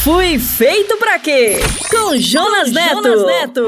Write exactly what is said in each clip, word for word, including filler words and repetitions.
Fui feito pra quê? Com Jonas Neto. Jonas Neto.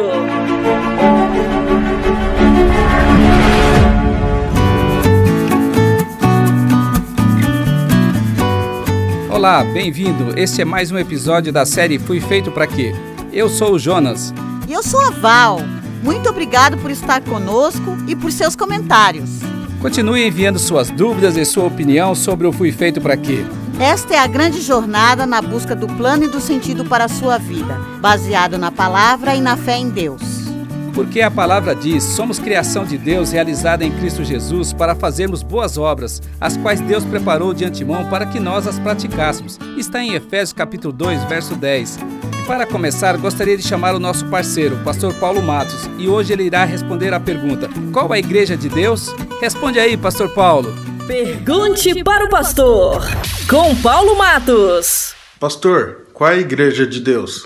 Olá, bem-vindo. Este é mais um episódio da série Fui Feito Pra Quê? Eu sou o Jonas. E eu sou a Val. Muito obrigado por estar conosco e por seus comentários. Continue enviando suas dúvidas e sua opinião sobre o Fui Feito Pra Quê? Esta é a grande jornada na busca do plano e do sentido para a sua vida, baseado na palavra e na fé em Deus. Porque a palavra diz, somos criação de Deus realizada em Cristo Jesus para fazermos boas obras, as quais Deus preparou de antemão para que nós as praticássemos. Está em Efésios capítulo dois, verso dez. E para começar, gostaria de chamar o nosso parceiro, o pastor Paulo Matos, e hoje ele irá responder à pergunta: qual a igreja de Deus? Responde aí, pastor Paulo. Pergunte para o pastor, com Paulo Matos. Pastor, qual é a igreja de Deus?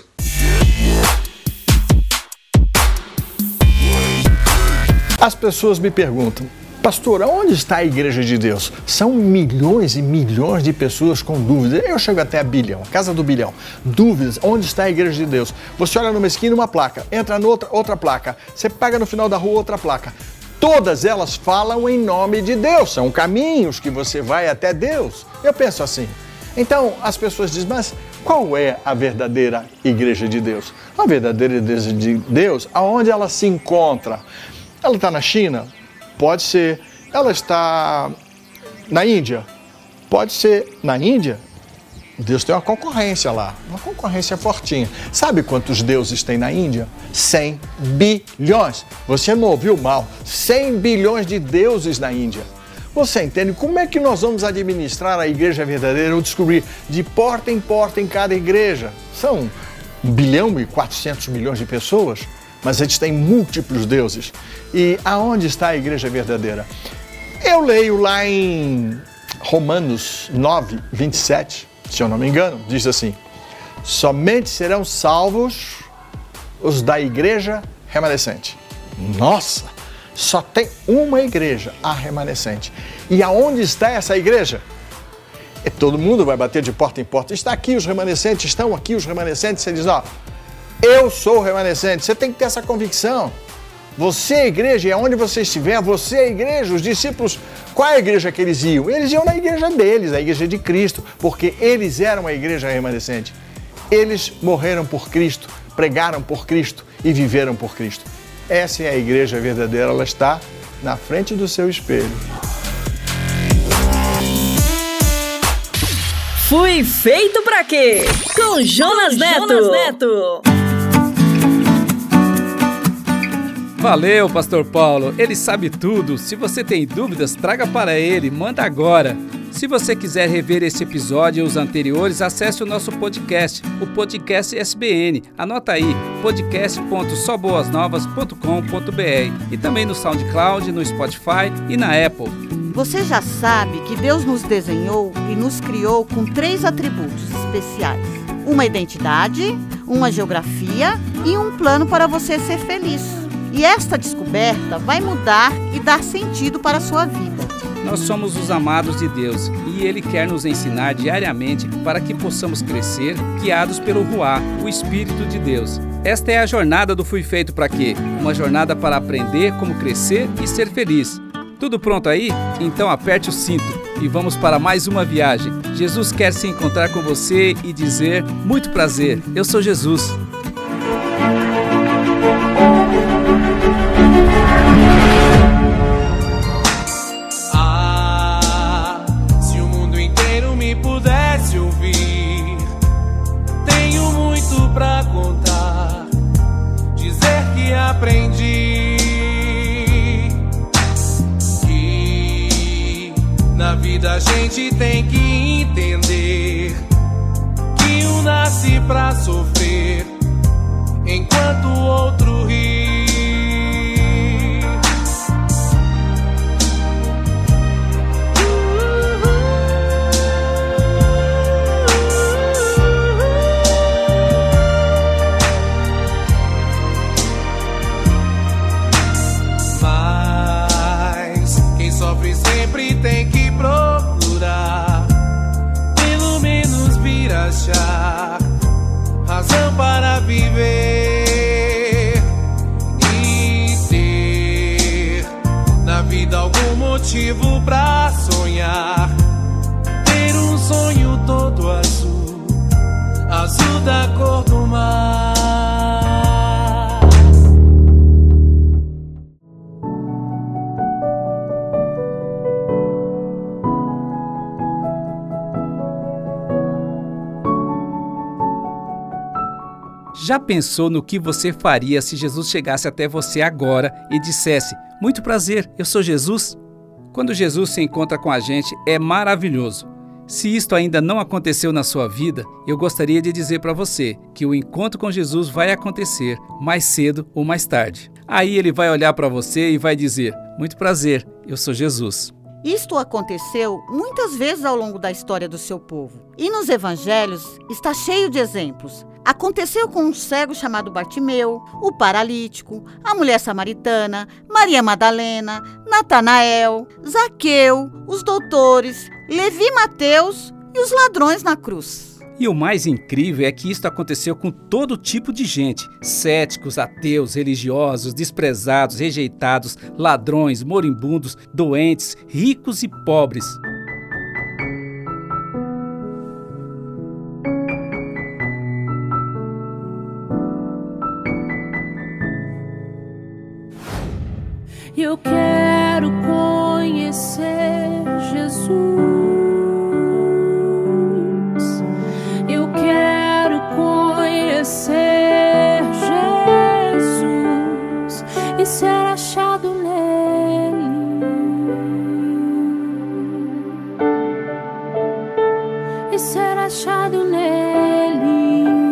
As pessoas me perguntam: pastor, onde está a igreja de Deus? São milhões e milhões de pessoas com dúvidas. Eu chego até a bilhão, casa do bilhão. Dúvidas, onde está a igreja de Deus? Você olha numa esquina uma placa, entra noutra, outra placa. Você pega no final da rua outra placa. Todas elas falam em nome de Deus, são caminhos que você vai até Deus. Eu penso assim. Então as pessoas dizem, mas qual é a verdadeira igreja de Deus? A verdadeira igreja de Deus, aonde ela se encontra? Ela está na China? Pode ser. Ela está na Índia? Pode ser. Na Índia, Deus tem uma concorrência lá, uma concorrência fortinha. Sabe quantos deuses tem na Índia? cem bilhões. Você não ouviu mal, cem bilhões de deuses na Índia. Você entende como é que nós vamos administrar a igreja verdadeira ou descobrir de porta em porta em cada igreja? São um bilhão e quatrocentos milhões de pessoas, mas eles têm múltiplos deuses. E aonde está a igreja verdadeira? Eu leio lá em Romanos nove, vinte e sete, se eu não me engano, diz assim: somente serão salvos os da igreja remanescente. Nossa, só tem uma igreja, a remanescente. E aonde está essa igreja? E todo mundo vai bater de porta em porta. Está aqui os remanescentes, estão aqui os remanescentes. Você diz, ó, eu sou o remanescente. Você tem que ter essa convicção. Você é a igreja, e aonde você estiver, você é a igreja. Os discípulos, qual é a igreja que eles iam? Eles iam na igreja deles, a igreja de Cristo, porque eles eram a igreja remanescente. Eles morreram por Cristo, pregaram por Cristo e viveram por Cristo. Essa é a igreja verdadeira, ela está na frente do seu espelho. Fui feito pra quê? Com Jonas Neto. Jonas Neto. Valeu, pastor Paulo. Ele sabe tudo. Se você tem dúvidas, traga para ele. Manda agora. Se você quiser rever esse episódio e os anteriores, acesse o nosso podcast, o Podcast S B N. Anota aí, podcast ponto só boas novas ponto com ponto b r. E também no SoundCloud, no Spotify e na Apple. Você já sabe que Deus nos desenhou e nos criou com três atributos especiais: uma identidade, uma geografia e um plano para você ser feliz. E esta descoberta vai mudar e dar sentido para a sua vida. Nós somos os amados de Deus e Ele quer nos ensinar diariamente para que possamos crescer, guiados pelo Ruá, o Espírito de Deus. Esta é a jornada do Fui Feito Pra Quê? Uma jornada para aprender como crescer e ser feliz. Tudo pronto aí? Então aperte o cinto e vamos para mais uma viagem. Jesus quer se encontrar com você e dizer: muito prazer, eu sou Jesus. Aprendi que na vida a gente tem que entender que um nasce pra sofrer enquanto o outro ri. Sempre tem que procurar, pelo menos vir achar razão para viver e ter na vida algum motivo pra sonhar. Ter um sonho todo azul, azul da cor do mar. Já pensou no que você faria se Jesus chegasse até você agora e dissesse: muito prazer, eu sou Jesus? Quando Jesus se encontra com a gente, é maravilhoso. Se isto ainda não aconteceu na sua vida, eu gostaria de dizer para você que o encontro com Jesus vai acontecer mais cedo ou mais tarde. Aí ele vai olhar para você e vai dizer: muito prazer, eu sou Jesus. Isto aconteceu muitas vezes ao longo da história do seu povo. E nos evangelhos está cheio de exemplos. Aconteceu com um cego chamado Bartimeu, o paralítico, a mulher samaritana, Maria Madalena, Natanael, Zaqueu, os doutores, Levi, Mateus e os ladrões na cruz. E o mais incrível é que isto aconteceu com todo tipo de gente: céticos, ateus, religiosos, desprezados, rejeitados, ladrões, moribundos, doentes, ricos e pobres. Eu quero conhecer Jesus. Eu quero conhecer Jesus e ser achado nele. E ser achado nele.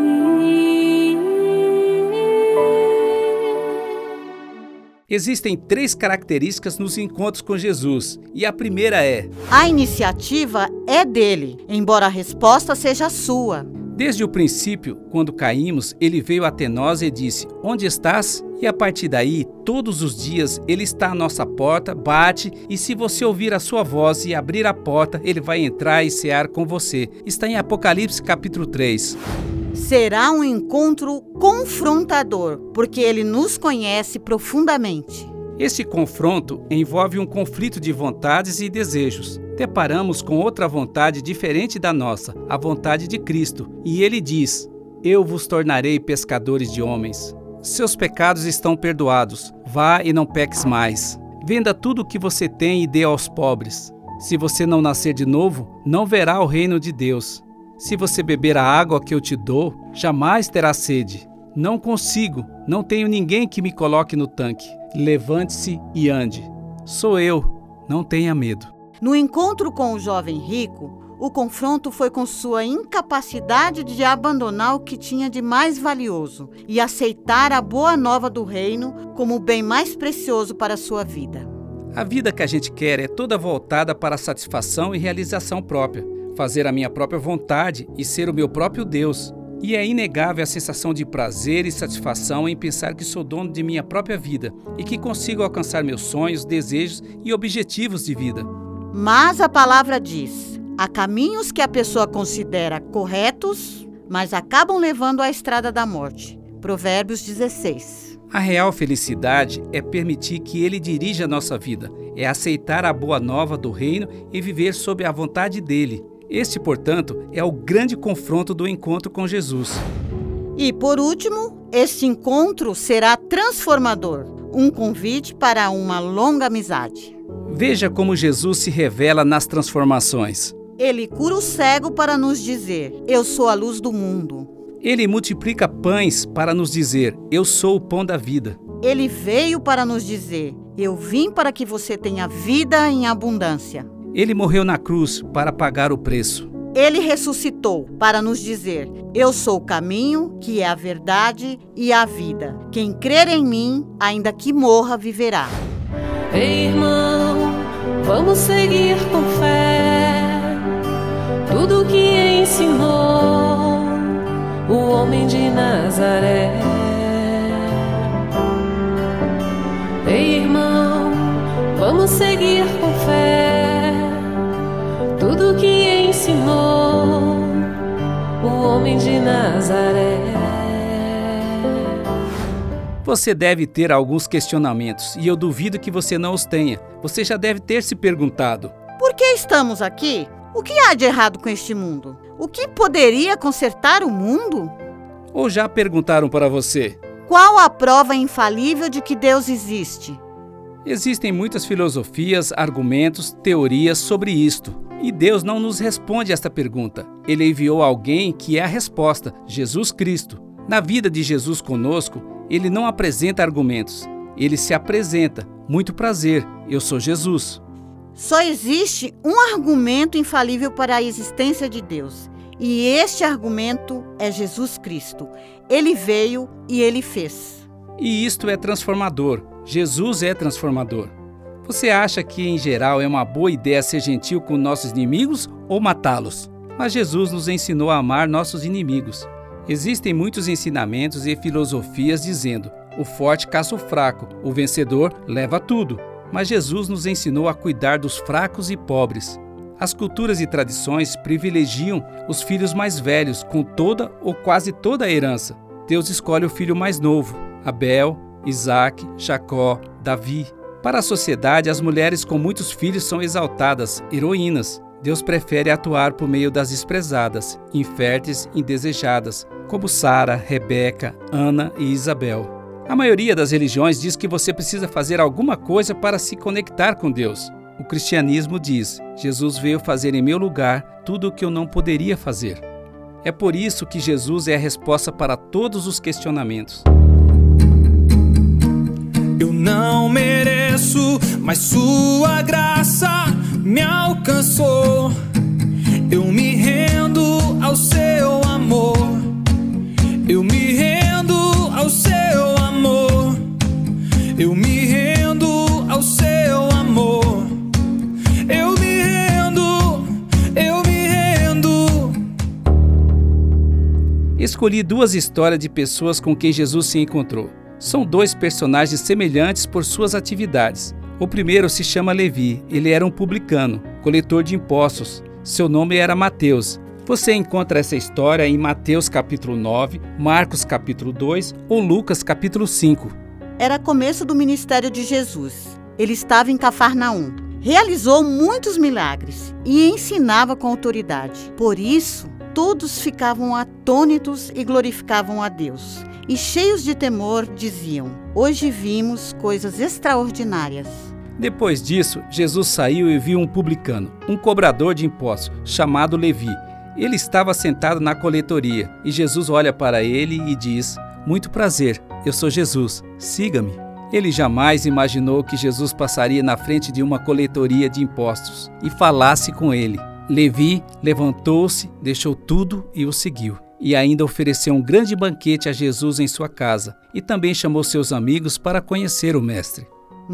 Existem três características nos encontros com Jesus, e a primeira é: a iniciativa é dele, embora a resposta seja sua. Desde o princípio, quando caímos, ele veio até nós e disse: onde estás? E a partir daí, todos os dias, ele está à nossa porta, bate, e se você ouvir a sua voz e abrir a porta, ele vai entrar e cear com você. Está em Apocalipse capítulo três. Será um encontro confrontador, porque ele nos conhece profundamente. Esse confronto envolve um conflito de vontades e desejos. Deparamos com outra vontade diferente da nossa, a vontade de Cristo, e ele diz: eu vos tornarei pescadores de homens. Seus pecados estão perdoados, vá e não peques mais. Venda tudo o que você tem e dê aos pobres. Se você não nascer de novo, não verá o reino de Deus. Se você beber a água que eu te dou, jamais terá sede. Não consigo, não tenho ninguém que me coloque no tanque. Levante-se e ande. Sou eu, não tenha medo. No encontro com o jovem rico, o confronto foi com sua incapacidade de abandonar o que tinha de mais valioso e aceitar a boa nova do reino como o bem mais precioso para a sua vida. A vida que a gente quer é toda voltada para a satisfação e realização própria. Fazer a minha própria vontade e ser o meu próprio Deus. E é inegável a sensação de prazer e satisfação em pensar que sou dono de minha própria vida e que consigo alcançar meus sonhos, desejos e objetivos de vida. Mas a palavra diz: há caminhos que a pessoa considera corretos, mas acabam levando à estrada da morte. Provérbios dezesseis. A real felicidade é permitir que Ele dirija a nossa vida, é aceitar a boa nova do reino e viver sob a vontade dEle. Este, portanto, é o grande confronto do encontro com Jesus. E, por último, este encontro será transformador, um convite para uma longa amizade. Veja como Jesus se revela nas transformações. Ele cura o cego para nos dizer: eu sou a luz do mundo. Ele multiplica pães para nos dizer: eu sou o pão da vida. Ele veio para nos dizer: eu vim para que você tenha vida em abundância. Ele morreu na cruz para pagar o preço. Ele ressuscitou para nos dizer: eu sou o caminho, que é a verdade e a vida. Quem crer em mim, ainda que morra, viverá. Ei, irmão, vamos seguir com fé tudo que ensinou o homem de Nazaré. Ei, irmão, vamos seguir com fé tudo que ensinou o homem de Nazaré. Você deve ter alguns questionamentos e eu duvido que você não os tenha. Você já deve ter se perguntado: por que estamos aqui? O que há de errado com este mundo? O que poderia consertar o mundo? Ou já perguntaram para você: qual a prova infalível de que Deus existe? Existem muitas filosofias, argumentos, teorias sobre isto. E Deus não nos responde esta pergunta. Ele enviou alguém que é a resposta, Jesus Cristo. Na vida de Jesus conosco, ele não apresenta argumentos. Ele se apresenta: muito prazer, eu sou Jesus. Só existe um argumento infalível para a existência de Deus. E este argumento é Jesus Cristo. Ele veio e ele fez. E isto é transformador. Jesus é transformador. Você acha que, em geral, é uma boa ideia ser gentil com nossos inimigos ou matá-los? Mas Jesus nos ensinou a amar nossos inimigos. Existem muitos ensinamentos e filosofias dizendo: o forte caça o fraco, o vencedor leva tudo. Mas Jesus nos ensinou a cuidar dos fracos e pobres. As culturas e tradições privilegiam os filhos mais velhos com toda ou quase toda a herança. Deus escolhe o filho mais novo: Abel, Isaac, Jacó, Davi. Para a sociedade, as mulheres com muitos filhos são exaltadas, heroínas. Deus prefere atuar por meio das desprezadas, inférteis e indesejadas, como Sara, Rebeca, Ana e Isabel. A maioria das religiões diz que você precisa fazer alguma coisa para se conectar com Deus. O cristianismo diz: Jesus veio fazer em meu lugar tudo o que eu não poderia fazer. É por isso que Jesus é a resposta para todos os questionamentos. Eu não mereço, mas sua graça me alcançou. Eu me rendo ao seu amor. Eu me rendo ao seu amor. Eu me rendo ao seu amor. Eu me rendo, eu me rendo. Escolhi duas histórias de pessoas com quem Jesus se encontrou. São dois personagens semelhantes por suas atividades. O primeiro se chama Levi. Ele era um publicano, coletor de impostos. Seu nome era Mateus. Você encontra essa história em Mateus capítulo nove, Marcos capítulo dois ou Lucas capítulo cinco. Era começo do ministério de Jesus. Ele estava em Cafarnaum. Realizou muitos milagres e ensinava com autoridade. Por isso, todos ficavam atônitos e glorificavam a Deus. E cheios de temor, diziam: hoje vimos coisas extraordinárias. Depois disso, Jesus saiu e viu um publicano, um cobrador de impostos, chamado Levi. Ele estava sentado na coletoria, e Jesus olha para ele e diz: muito prazer, eu sou Jesus, siga-me. Ele jamais imaginou que Jesus passaria na frente de uma coletoria de impostos e falasse com ele. Levi levantou-se, deixou tudo e o seguiu. E ainda ofereceu um grande banquete a Jesus em sua casa, e também chamou seus amigos para conhecer o mestre.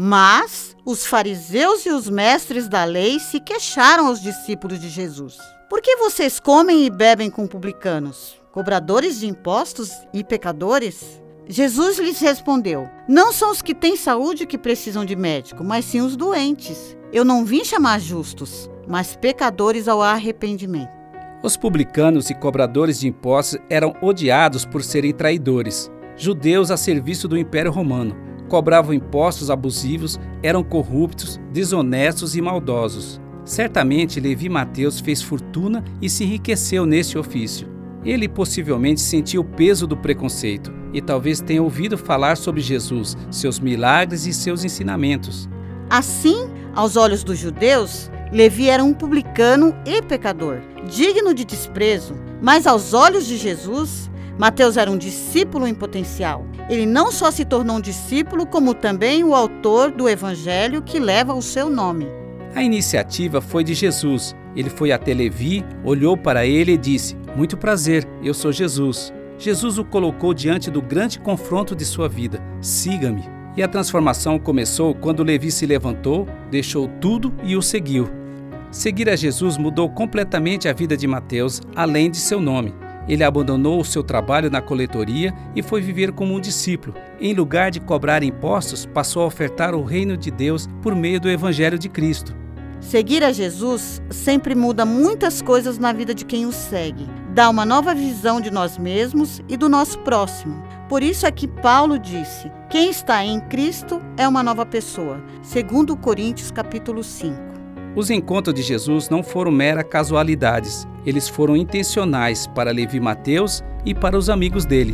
Mas os fariseus e os mestres da lei se queixaram aos discípulos de Jesus: por que vocês comem e bebem com publicanos, cobradores de impostos e pecadores? Jesus lhes respondeu: não são os que têm saúde que precisam de médico, mas sim os doentes. Eu não vim chamar justos, mas pecadores ao arrependimento. Os publicanos e cobradores de impostos eram odiados por serem traidores. Judeus a serviço do Império Romano, cobravam impostos abusivos, eram corruptos, desonestos e maldosos. Certamente Levi Mateus fez fortuna e se enriqueceu nesse ofício. Ele possivelmente sentiu o peso do preconceito e talvez tenha ouvido falar sobre Jesus, seus milagres e seus ensinamentos. Assim, aos olhos dos judeus, Levi era um publicano e pecador, digno de desprezo, mas aos olhos de Jesus, Mateus era um discípulo em potencial. Ele não só se tornou um discípulo, como também o autor do evangelho que leva o seu nome. A iniciativa foi de Jesus. Ele foi até Levi, olhou para ele e disse: muito prazer, eu sou Jesus. Jesus o colocou diante do grande confronto de sua vida: siga-me. E a transformação começou quando Levi se levantou, deixou tudo e o seguiu. Seguir a Jesus mudou completamente a vida de Mateus, além de seu nome. Ele abandonou o seu trabalho na coletoria e foi viver como um discípulo. Em lugar de cobrar impostos, passou a ofertar o reino de Deus por meio do Evangelho de Cristo. Seguir a Jesus sempre muda muitas coisas na vida de quem o segue, dá uma nova visão de nós mesmos e do nosso próximo. Por isso é que Paulo disse: quem está em Cristo é uma nova pessoa, segundo Coríntios capítulo cinco. Os encontros de Jesus não foram mera casualidades. Eles foram intencionais para Levi Mateus e para os amigos dele.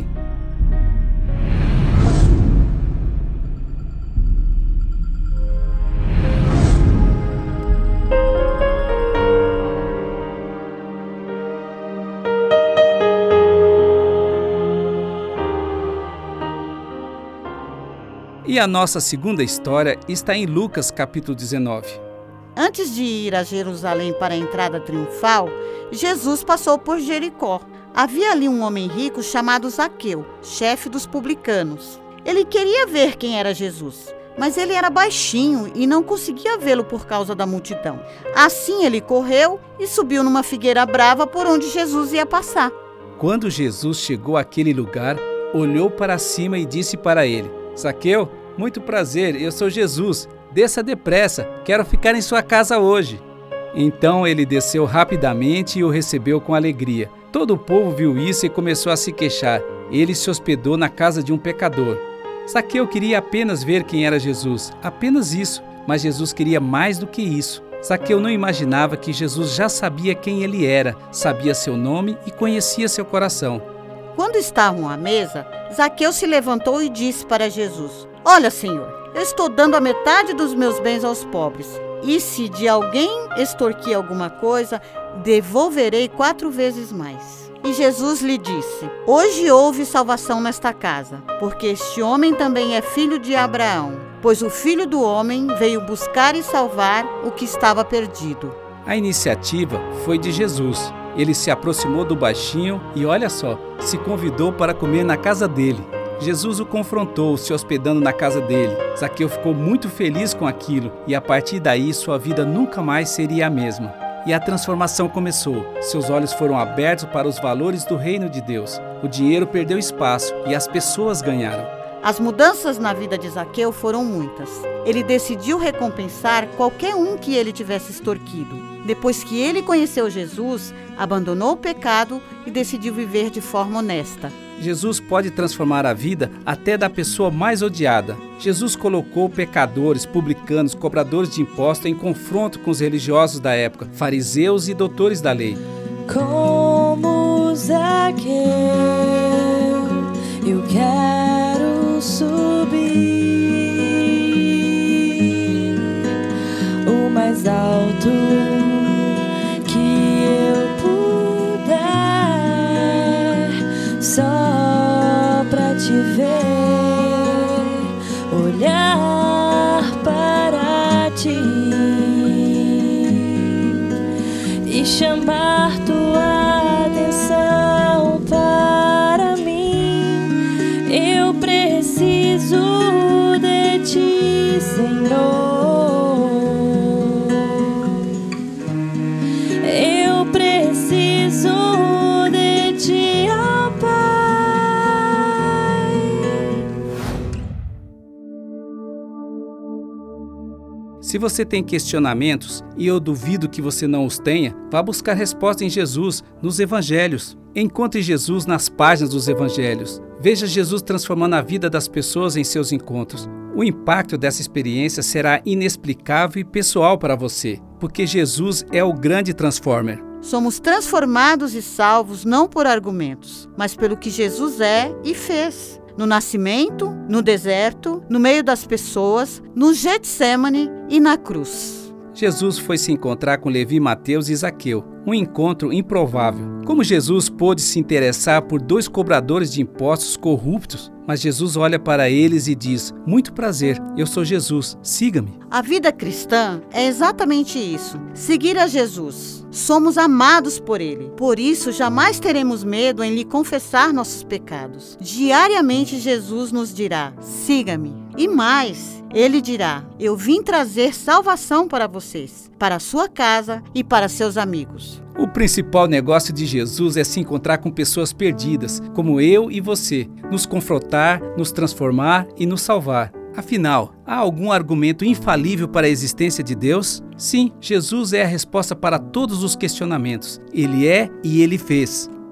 E a nossa segunda história está em Lucas capítulo dezenove. Antes de ir a Jerusalém para a entrada triunfal, Jesus passou por Jericó. Havia ali um homem rico chamado Zaqueu, chefe dos publicanos. Ele queria ver quem era Jesus, mas ele era baixinho e não conseguia vê-lo por causa da multidão. Assim ele correu e subiu numa figueira brava por onde Jesus ia passar. Quando Jesus chegou àquele lugar, olhou para cima e disse para ele: Zaqueu, muito prazer, eu sou Jesus. Desça depressa, quero ficar em sua casa hoje. Então ele desceu rapidamente e o recebeu com alegria. Todo o povo viu isso e começou a se queixar. Ele se hospedou na casa de um pecador. Zaqueu queria apenas ver quem era Jesus, apenas isso, mas Jesus queria mais do que isso. Zaqueu não imaginava que Jesus já sabia quem ele era, sabia seu nome e conhecia seu coração. Quando estavam à mesa, Zaqueu se levantou e disse para Jesus: Olha, Senhor, eu estou dando a metade dos meus bens aos pobres. E se de alguém extorquir alguma coisa, devolverei quatro vezes mais. E Jesus lhe disse: Hoje houve salvação nesta casa, porque este homem também é filho de Abraão, pois o Filho do Homem veio buscar e salvar o que estava perdido. A iniciativa foi de Jesus. Ele se aproximou do baixinho e, olha só, se convidou para comer na casa dele. Jesus o confrontou, se hospedando na casa dele. Zaqueu ficou muito feliz com aquilo e, a partir daí, sua vida nunca mais seria a mesma. E a transformação começou. Seus olhos foram abertos para os valores do reino de Deus. O dinheiro perdeu espaço e as pessoas ganharam. As mudanças na vida de Zaqueu foram muitas. Ele decidiu recompensar qualquer um que ele tivesse extorquido. Depois que ele conheceu Jesus, abandonou o pecado e decidiu viver de forma honesta. Jesus pode transformar a vida até da pessoa mais odiada. Jesus colocou pecadores, publicanos, cobradores de impostos em confronto com os religiosos da época, fariseus e doutores da lei. Como Zaqueu, eu quero subir o mais alto que eu puder, só pra te ver, olhar para ti e chamar tua atenção para mim. Eu preciso de ti, Senhor. Eu preciso de ti, ó Pai. Se você tem questionamentos, e eu duvido que você não os tenha, vá buscar resposta em Jesus, nos Evangelhos. Encontre Jesus nas páginas dos Evangelhos. Veja Jesus transformando a vida das pessoas em seus encontros. O impacto dessa experiência será inexplicável e pessoal para você, porque Jesus é o grande transformer. Somos transformados e salvos não por argumentos, mas pelo que Jesus é e fez. No nascimento, no deserto, no meio das pessoas, no Getsêmani e na cruz. Jesus foi se encontrar com Levi Mateus e Zaqueu, um encontro improvável. Como Jesus pôde se interessar por dois cobradores de impostos corruptos? Mas Jesus olha para eles e diz: muito prazer, eu sou Jesus, siga-me. A vida cristã é exatamente isso, seguir a Jesus. Somos amados por Ele, por isso jamais teremos medo em lhe confessar nossos pecados. Diariamente Jesus nos dirá: siga-me. E mais, Ele dirá: eu vim trazer salvação para vocês, para a sua casa e para seus amigos. O principal negócio de Jesus é se encontrar com pessoas perdidas, como eu e você, nos confrontar, nos transformar e nos salvar. Afinal, há algum argumento infalível para a existência de Deus? Sim, Jesus é a resposta para todos os questionamentos. Ele é e Ele fez.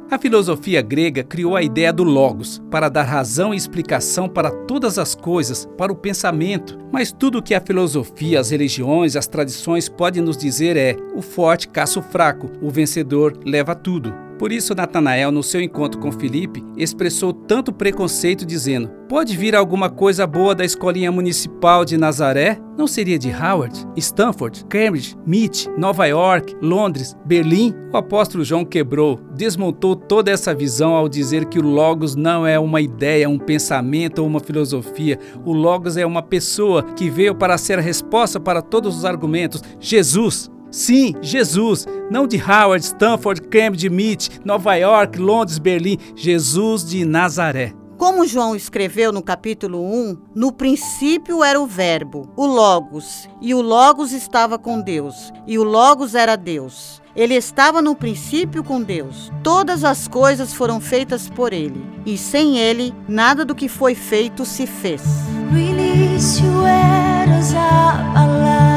A filosofia grega criou a ideia do logos, para dar razão e explicação para todas as coisas, para o pensamento. Mas tudo o que a filosofia, as religiões, as tradições podem nos dizer é: o forte caça o fraco, o vencedor leva tudo. Por isso, Natanael, no seu encontro com Filipe, expressou tanto preconceito dizendo: pode vir alguma coisa boa da escolinha municipal de Nazaré? Não seria de Harvard, Stanford, Cambridge, M I T, Nova York, Londres, Berlim? O apóstolo João quebrou, desmontou toda essa visão ao dizer que o Logos não é uma ideia, um pensamento ou uma filosofia. O Logos é uma pessoa que veio para ser a resposta para todos os argumentos: Jesus. Sim, Jesus, não de Harvard, Stanford, Cambridge, M I T, Nova York, Londres, Berlim, Jesus de Nazaré. Como João escreveu no capítulo um, no princípio era o Verbo, o Logos, e o Logos estava com Deus, e o Logos era Deus. Ele estava no princípio com Deus. Todas as coisas foram feitas por ele, e sem ele, nada do que foi feito se fez. No início eras a palavra,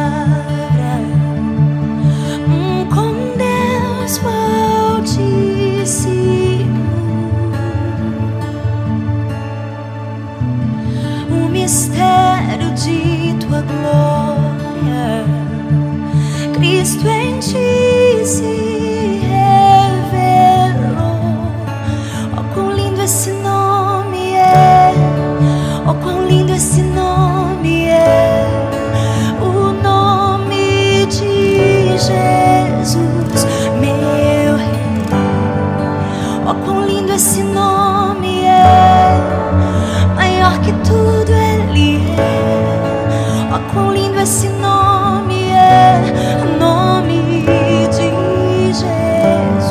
o mistério de tua glória, Cristo em ti se revelou. Oh, quão lindo esse nome é, oh, quão lindo esse nome é, o nome de Jesus, meu Rei. Oh, quão lindo esse nome é, maior que tudo ele é. Oh, quão lindo esse nome é, o nome de Jesus.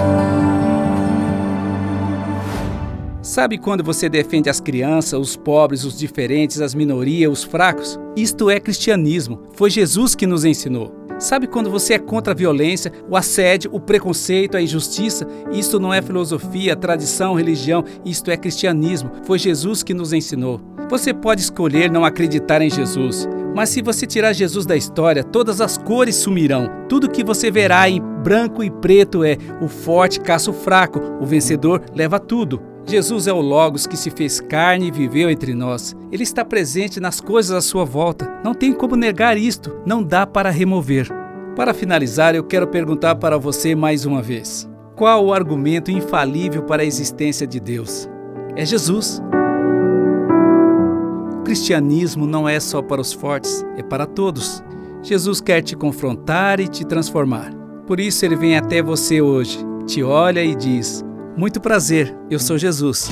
Sabe quando você defende as crianças, os pobres, os diferentes, as minorias, os fracos? Isto é cristianismo. Foi Jesus que nos ensinou. Sabe quando você é contra a violência, o assédio, o preconceito, a injustiça? Isto não é filosofia, tradição, religião, isto é cristianismo. Foi Jesus que nos ensinou. Você pode escolher não acreditar em Jesus, mas se você tirar Jesus da história, todas as cores sumirão. Tudo que você verá em branco e preto é: o forte caça o fraco, o vencedor leva tudo. Jesus é o Logos que se fez carne e viveu entre nós. Ele está presente nas coisas à sua volta. Não tem como negar isto. Não dá para remover. Para finalizar, eu quero perguntar para você mais uma vez: qual o argumento infalível para a existência de Deus? É Jesus. O cristianismo não é só para os fortes, é para todos. Jesus quer te confrontar e te transformar. Por isso ele vem até você hoje, te olha e diz: muito prazer, eu sou Jesus.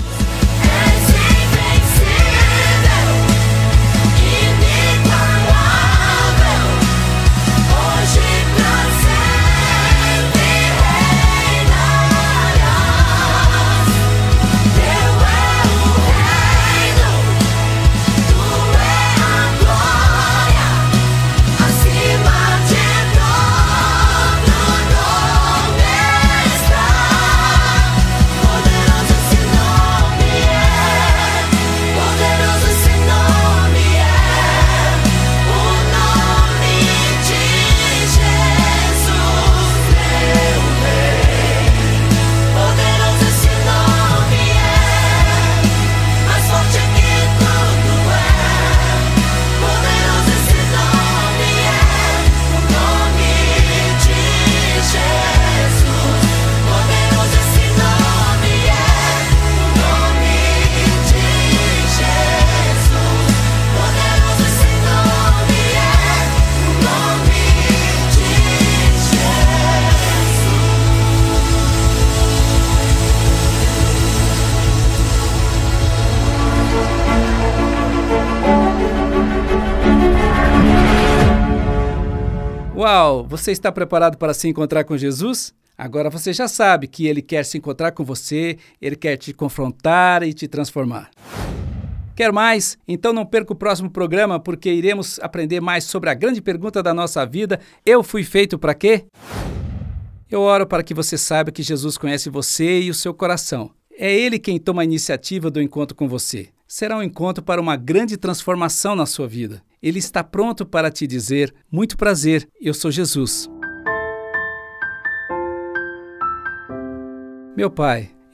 Uau! Você está preparado para se encontrar com Jesus? Agora você já sabe que Ele quer se encontrar com você, Ele quer te confrontar e te transformar. Quer mais? Então não perca o próximo programa, porque iremos aprender mais sobre a grande pergunta da nossa vida: eu fui feito para quê? Eu oro para que você saiba que Jesus conhece você e o seu coração. É Ele quem toma a iniciativa do encontro com você. Será um encontro para uma grande transformação na sua vida. Ele está pronto para te dizer: muito prazer, eu sou Jesus. Meu Pai,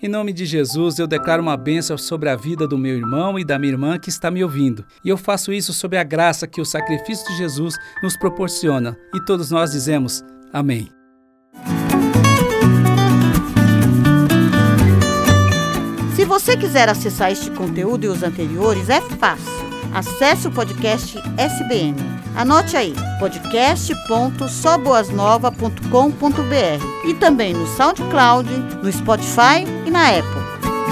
Em nome de Jesus, eu declaro uma bênção sobre a vida do meu irmão e da minha irmã que está me ouvindo. E eu faço isso sob a graça que o sacrifício de Jesus nos proporciona. E todos nós dizemos amém. Se você quiser acessar este conteúdo e os anteriores, é fácil. Acesse o podcast S B N. Anote aí, podcast ponto só boas nova ponto com ponto b r e também no SoundCloud, no Spotify e na Apple.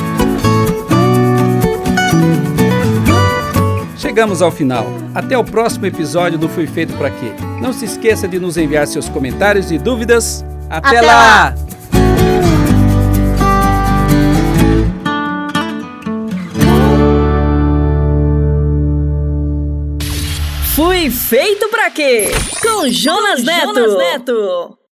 Chegamos ao final. Até o próximo episódio do Fui Feito Pra Quê. Não se esqueça de nos enviar seus comentários e dúvidas. Até, Até lá! lá! Fui Feito Pra Quê? Com Jonas Neto. Jonas Neto.